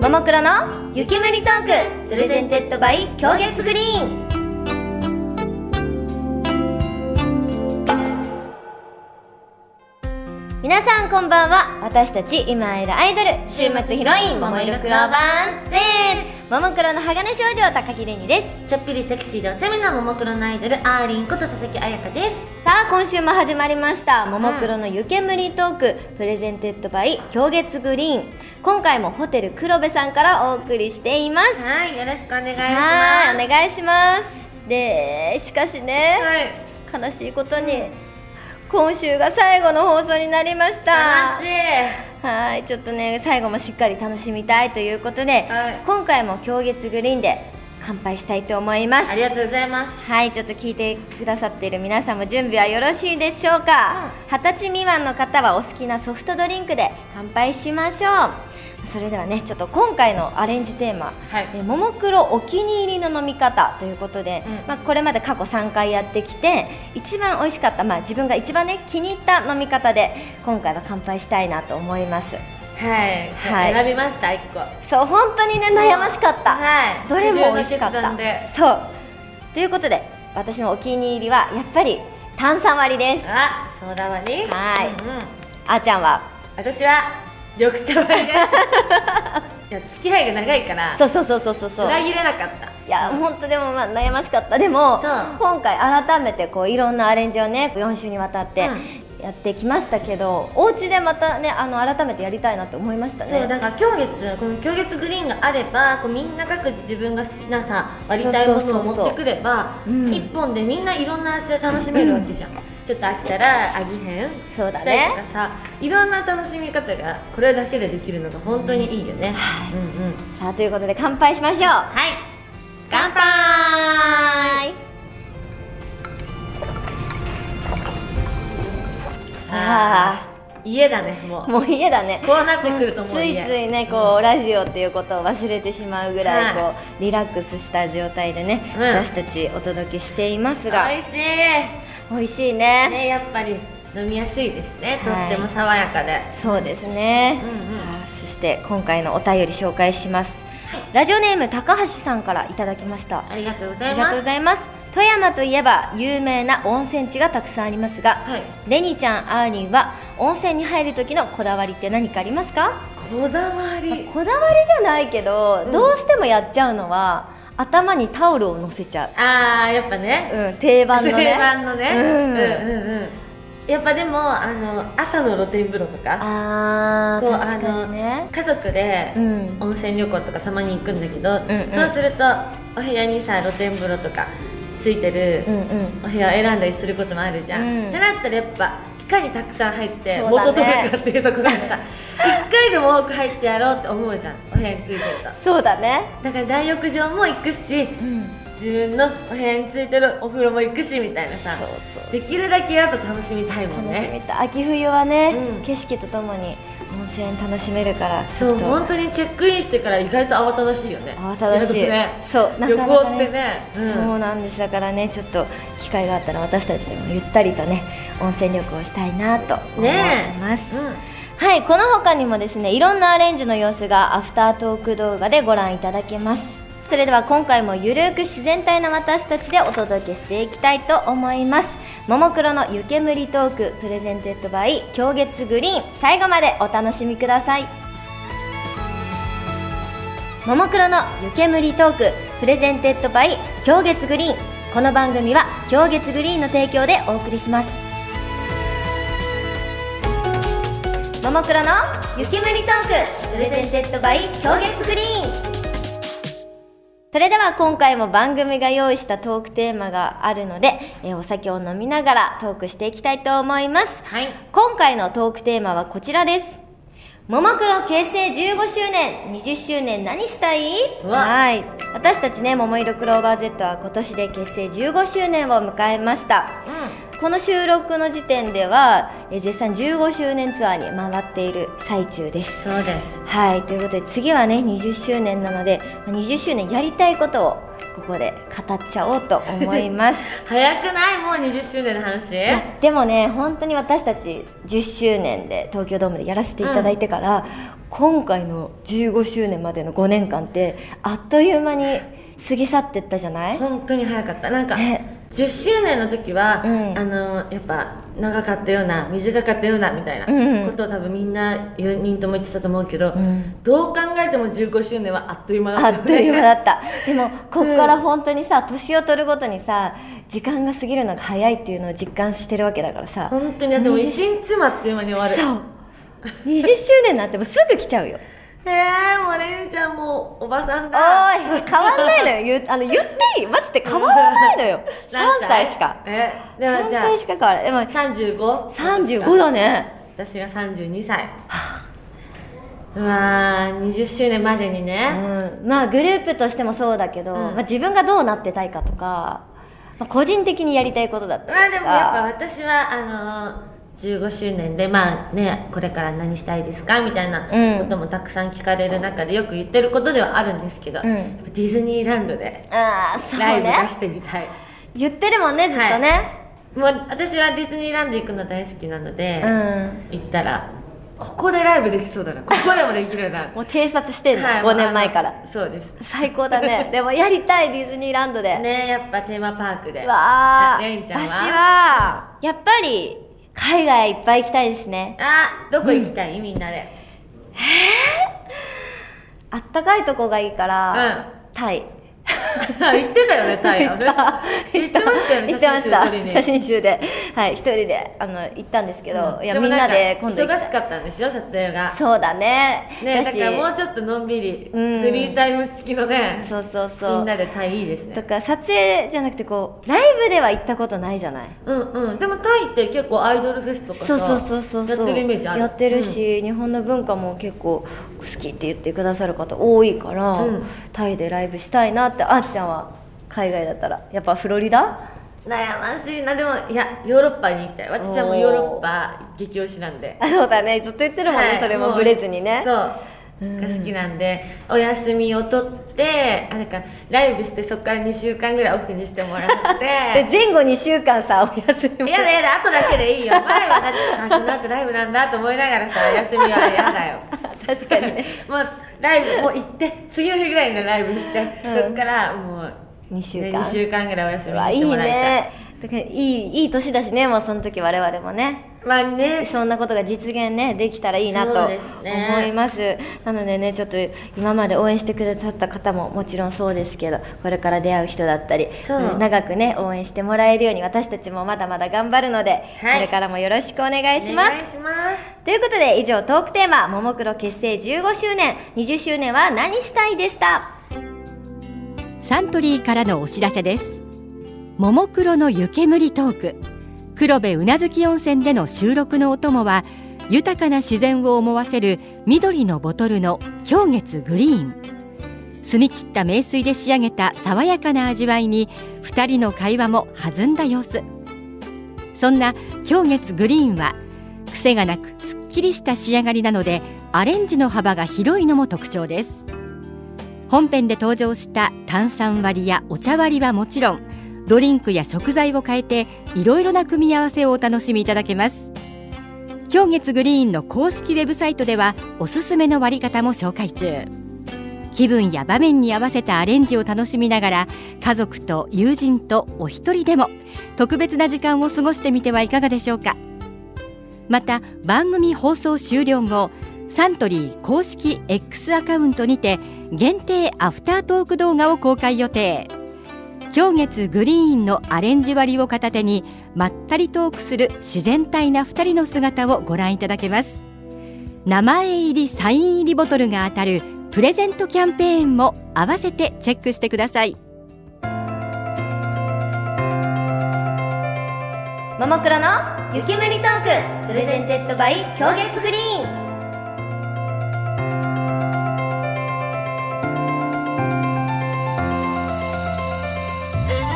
ももクロの雪むりトークプレゼンテッドバイ狂月グリーン。皆さんこんばんは。私たち今会えるアイドル週末ヒロイン桃色クローバー Z ももクロの鋼少女高木玲にです。 ちょっぴりセクシーでお茶目なももクロのアイドルアーリンこと佐々木彩香です。 さあ今週も始まりましたももクロの湯煙トーク、プレゼンテッドバイ狂月グリーン。今回もホテル黒部さんからお送りしています。 はい、よろしくお願いします。 はい、お願いします。でしかしね、 はい、 悲しいことに、今週が最後の放送になりました。 悲しい。 はい、ちょっとね最後もしっかり楽しみたいということで、 はい、 今回も狂月グリーンで乾杯したいと思います。 ありがとうございます。 はい、ちょっと聞いてくださっている皆さんも準備はよろしいでしょうか。20歳未満の方はお好きなソフトドリンクで乾杯しましょう。それではね、ちょっと今回のアレンジテーマ、ももクロお気に入りの飲み方ということで、これまで過去3回やってきて一番美味しかった、自分が一番ね気に入った飲み方で今回は乾杯したいなと思います。 はい、選びました1個。 そう本当にね悩ましかった、どれも美味しかった。そうということで私のお気に入りはやっぱり炭酸割りです。 あ、ソーダ割り。 はい、あーちゃんは？ 私は緑茶割りです。いや、付き合いが長いからそう裏切れなかった。 いや、本当でも悩ましかった。でも今回改めてこういろんなアレンジをね4週にわたってやってきましたけど、お家でまたね改めてやりたいなと思いましたね。 そうだからこの狂月グリーンがあればみんな各自自分が好きなさ割りたいものを持ってくれば1本でみんないろんな味で楽しめるわけじゃん。ちょっと飽きたら味変したりとかさ、いろんな楽しみ方がこれだけでできるのが本当にいいよね。 さあということで乾杯しましょう。 はい、乾杯。家だね。もう家だね。 こうなってくるともうついついねこうラジオっていうことを忘れてしまうぐらいこうリラックスした状態でね私たちお届けしていますが、 美味しい。 美味しいね。 やっぱり飲みやすいですね。とっても爽やかで。 そうですね。そして今回のお便り紹介します。ラジオネーム高橋さんからいただきました。 ありがとうございます。ありがとうございます。富山といえば有名な温泉地がたくさんありますが、レニちゃん、アーリンは温泉に入る時のこだわりって何かありますか？ こだわり、 こだわりじゃないけど、どうしてもやっちゃうのは頭にタオルを乗せちゃう。 やっぱね、 定番のね。 やっぱでも朝の露天風呂とか家族で温泉旅行とかたまに行くんだけど、そうするとお部屋にさ露天風呂とかついてるお部屋を選んだりすることもあるじゃん。ってなったらやっぱいかにたくさん入って元取るかっていうところがさ1回でも多く入ってやろうって思うじゃん、お部屋についてると。 そうだね。 だから大浴場も行くし、自分のお部屋についてるお風呂も行くしみたいなさ、できるだけあと楽しみたいもんね。 楽しみたい。秋冬はね、景色とともに温泉楽しめるから。 そう本当にチェックインしてから意外と慌ただしいよね。 慌ただしい。そう旅行ってね。 そうなんです。だからねちょっと機会があったら私たちでもゆったりとね温泉旅行したいなと思います。はい、この他にもですねいろんなアレンジの様子がアフタートーク動画でご覧いただけます。それでは今回もゆるく自然体な私たちでお届けしていきたいと思います。ももクロの湯煙トークプレゼンテッドバイ狂月グリーン、最後までお楽しみください。ももクロの湯煙トークプレゼンテッドバイ狂月グリーン、この番組は狂月グリーンの提供でお送りします。ももクロの湯煙トークプレゼンテッドバイ狂月グリーン。それでは今回も番組が用意したトークテーマがあるので、お酒を飲みながらトークしていきたいと思います。今回のトークテーマはこちらです。ももクロ結成15周年20周年何したい？はい、私たちね桃色クローバー Z は今年で結成15周年を迎えました。 この収録の時点では絶賛15周年ツアーに回っている最中です。 そうです。 はい、ということで次はね20周年なので20周年やりたいことをここで語っちゃおうと思います早くない？もう20周年の話？ でもね本当に私たち10周年で東京ドームでやらせていただいてから、今回の15周年までの5年間ってあっという間に過ぎ去ってったじゃない？ 本当に早かった。なんか、10周年の時は、やっぱ長かったような短かったようなみたいなことを多分みんな4人とも言ってたと思うけど、どう考えても15周年はあっという間だった、ね、 あっという間だった。でもこっから本当にさ、年を取るごとにさ時間が過ぎるのが早いっていうのを実感してるわけだからさ、 本当にでも1日もあっという間に終わる。 そう20周年なんてもうすぐ来ちゃうよ。 もうレンちゃんもうおばさんだ。 おい変わんないのよ。言っていい？マジで変わらないのよ3歳しか。 でもじゃあ 3歳しか変わらない。でも 35だね。 私が32歳。うわー、20周年までにね、 まあグループとしてもそうだけど、まあ、自分がどうなってたいかとか、まあ、個人的にやりたいことだったりとか。 でもやっぱ私は15周年でまあね、これから何したいですかみたいなこともたくさん聞かれる中でよく言ってることではあるんですけど、ディズニーランドでライブ出してみたい、 言ってるもんね、ずっとね、 もう私はディズニーランド行くの大好きなので、行ったらここでライブできそうだな、ここでもできるなもう偵察してんの、5年前から。 そうです。 最高だねでもやりたい、ディズニーランドでね。やっぱテーマパークで。 わー、 レインちゃんは？ 私はやっぱり海外いっぱい行きたいですね。 どこ行きたい？みんなで。 あったかいとこがいいから、タイ。 言ってたよね、タイはね。言ってましたよね、 言ってました、写真集で。はい、一人で行ったんですけど、いやみんなで今度忙しかったんですよ、撮影が。 そうだね。 だからもうちょっとのんびり、フリータイム付きのね、みんなでタイいいですね。 とか撮影じゃなくてこうライブでは行ったことないじゃない。 でもタイって結構アイドルフェスとかさ、やってるイメージある。 やってるし、日本の文化も結構好きって言ってくださる方多いから、タイでライブしたいなって。あっちゃんは海外だったらやっぱフロリダ？ 悩ましいな。でもいや、ヨーロッパに行きたい。私はもうヨーロッパ激推しなんで。 そうだね、ずっと言ってるもんね、それもブレずにね。 そうが好きなんで、お休みを取ってなんかライブして、そこから2週間ぐらいオフにしてもらってで前後2週間さお休みも。 やだ後だけでいいよ。前はなんかライブなんだと思いながらさ、休みは嫌だよ確かにねもうライブもう行って次の日ぐらいにライブして、そこからもう 2週間ぐらいお休みしてもらいたい。 いいね。だからいい年だしね、もうその時我々もね、そんなことが実現ねできたらいいなと思います。なのでね、ちょっと今まで応援してくださった方ももちろんそうですけど、これから出会う人だったり、長くね応援してもらえるように私たちもまだまだ頑張るので、これからもよろしくお願いします。ということで以上、トークテーマももクロ結成15周年20周年は何したいでした。 サントリーからのお知らせです。ももクロの湯煙トーク、黒部宇奈月温泉での収録のお供は、豊かな自然を思わせる緑のボトルの狂月グリーン。澄み切った名水で仕上げた爽やかな味わいに、2人の会話も弾んだ様子。そんな狂月グリーンは癖がなくすっきりした仕上がりなので、アレンジの幅が広いのも特徴です。本編で登場した炭酸割りやお茶割りはもちろん、ドリンクや食材を変えていろいろな組み合わせをお楽しみいただけます。狂月グリーンの公式ウェブサイトではおすすめの割り方も紹介中。気分や場面に合わせたアレンジを楽しみながら、家族と友人とお一人でも特別な時間を過ごしてみてはいかがでしょうか。また番組放送終了後、サントリー公式 X アカウントにて限定アフタートーク動画を公開予定。狂月グリーンのアレンジ割りを片手にまったりトークする自然体な2人の姿をご覧いただけます。名前入りサイン入りボトルが当たるプレゼントキャンペーンも合わせてチェックしてください。 ももクロの雪むりトークプレゼンテッドバイ狂月グリーン。と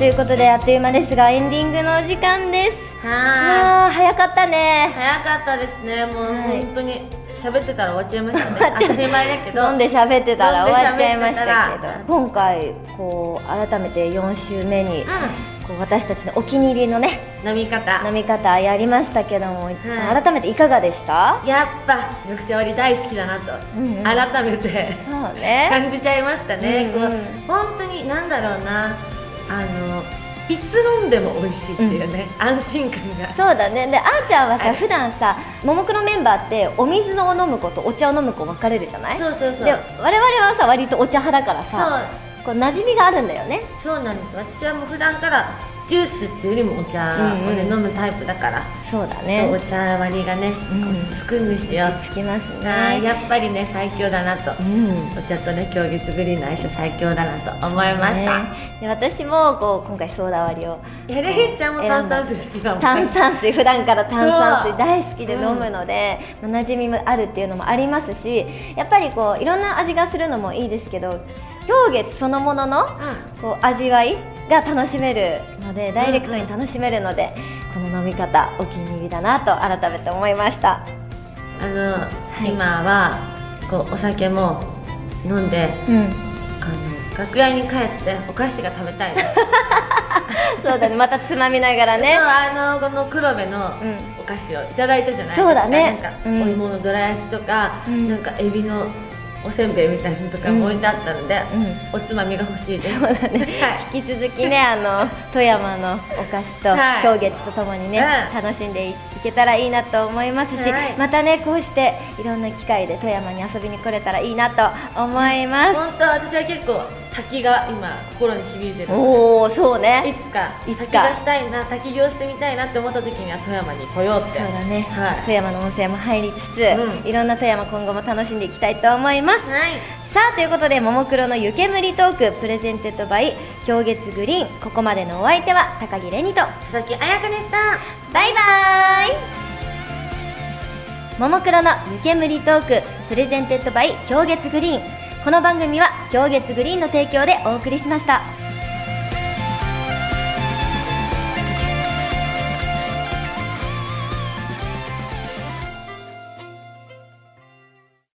ということであっという間ですがエンディングのお時間です。早かったね。 早かったですね。もう本当に喋ってたら終わっちゃいましたね。当たり前だけど飲んで喋ってたら終わっちゃいましたけど、今回こう改めて4週目に、こう私たちのお気に入りのね飲み方やりましたけども、改めていかがでした？ やっぱ緑茶割り大好きだなと、改めてそうね感じちゃいましたね。本当になんだろうな、いつ飲んでも美味しいっていうね、安心感が。 そうだね。であーちゃんはさ、普段さももクロメンバーってお水を飲む子とお茶を飲む子分かれるじゃない？ そうで我々はさ割とお茶派だからさ、こう馴染みがあるんだよね。 そうなんです。私はもう普段からジュースっていうよりもお茶をね、飲むタイプだから。 そうだね。 お茶割りがね、落ち着くんですよ。 落ち着きますね。 やっぱりね最強だなと、お茶とね狂月グリーンの相性最強だなと思いました。 で私もこう今回ソーダ割りを。 レイちゃんも炭酸水好きだもんね。 炭酸水普段から炭酸水大好きで飲むので、馴染みもあるっていうのもありますし、やっぱりこういろんな味がするのもいいですけど、氷月そのもののこう味わいが楽しめるので、ダイレクトに楽しめるので、この飲み方お気に入りだなと改めて思いました。 今はこうお酒も飲んで、楽屋に帰ってお菓子が食べたいそうだね、またつまみながらね。 この黒部のお菓子をいただいたじゃないですか。 そうだね。 なんかお芋のどら焼きとか、なんかエビのおせんべいみたいなのとかも置いてあったので、おつまみが欲しいです。 そうだね、引き続きね富山のお菓子と氷月とともにね、楽しんでいけたらいいなと思いますし、またねこうしていろんな機会で富山に遊びに来れたらいいなと思います。 本当私は結構滝が今心に響いてる。 おお、そうね。 いつか滝がしたいな、滝行してみたいなって思った時には富山に来ようって。 そうだね、富山の温泉も入りつつ、いろんな富山今後も楽しんでいきたいと思います。さあということでももクロの湯煙トークプレゼンテッドバイ氷月グリーン、ここまでのお相手は高木れにと佐々木彩香でした。 バイバーイ。ももクロの湯煙トークプレゼンテッドバイ氷月グリーン、この番組は氷月グリーンの提供でお送りしました。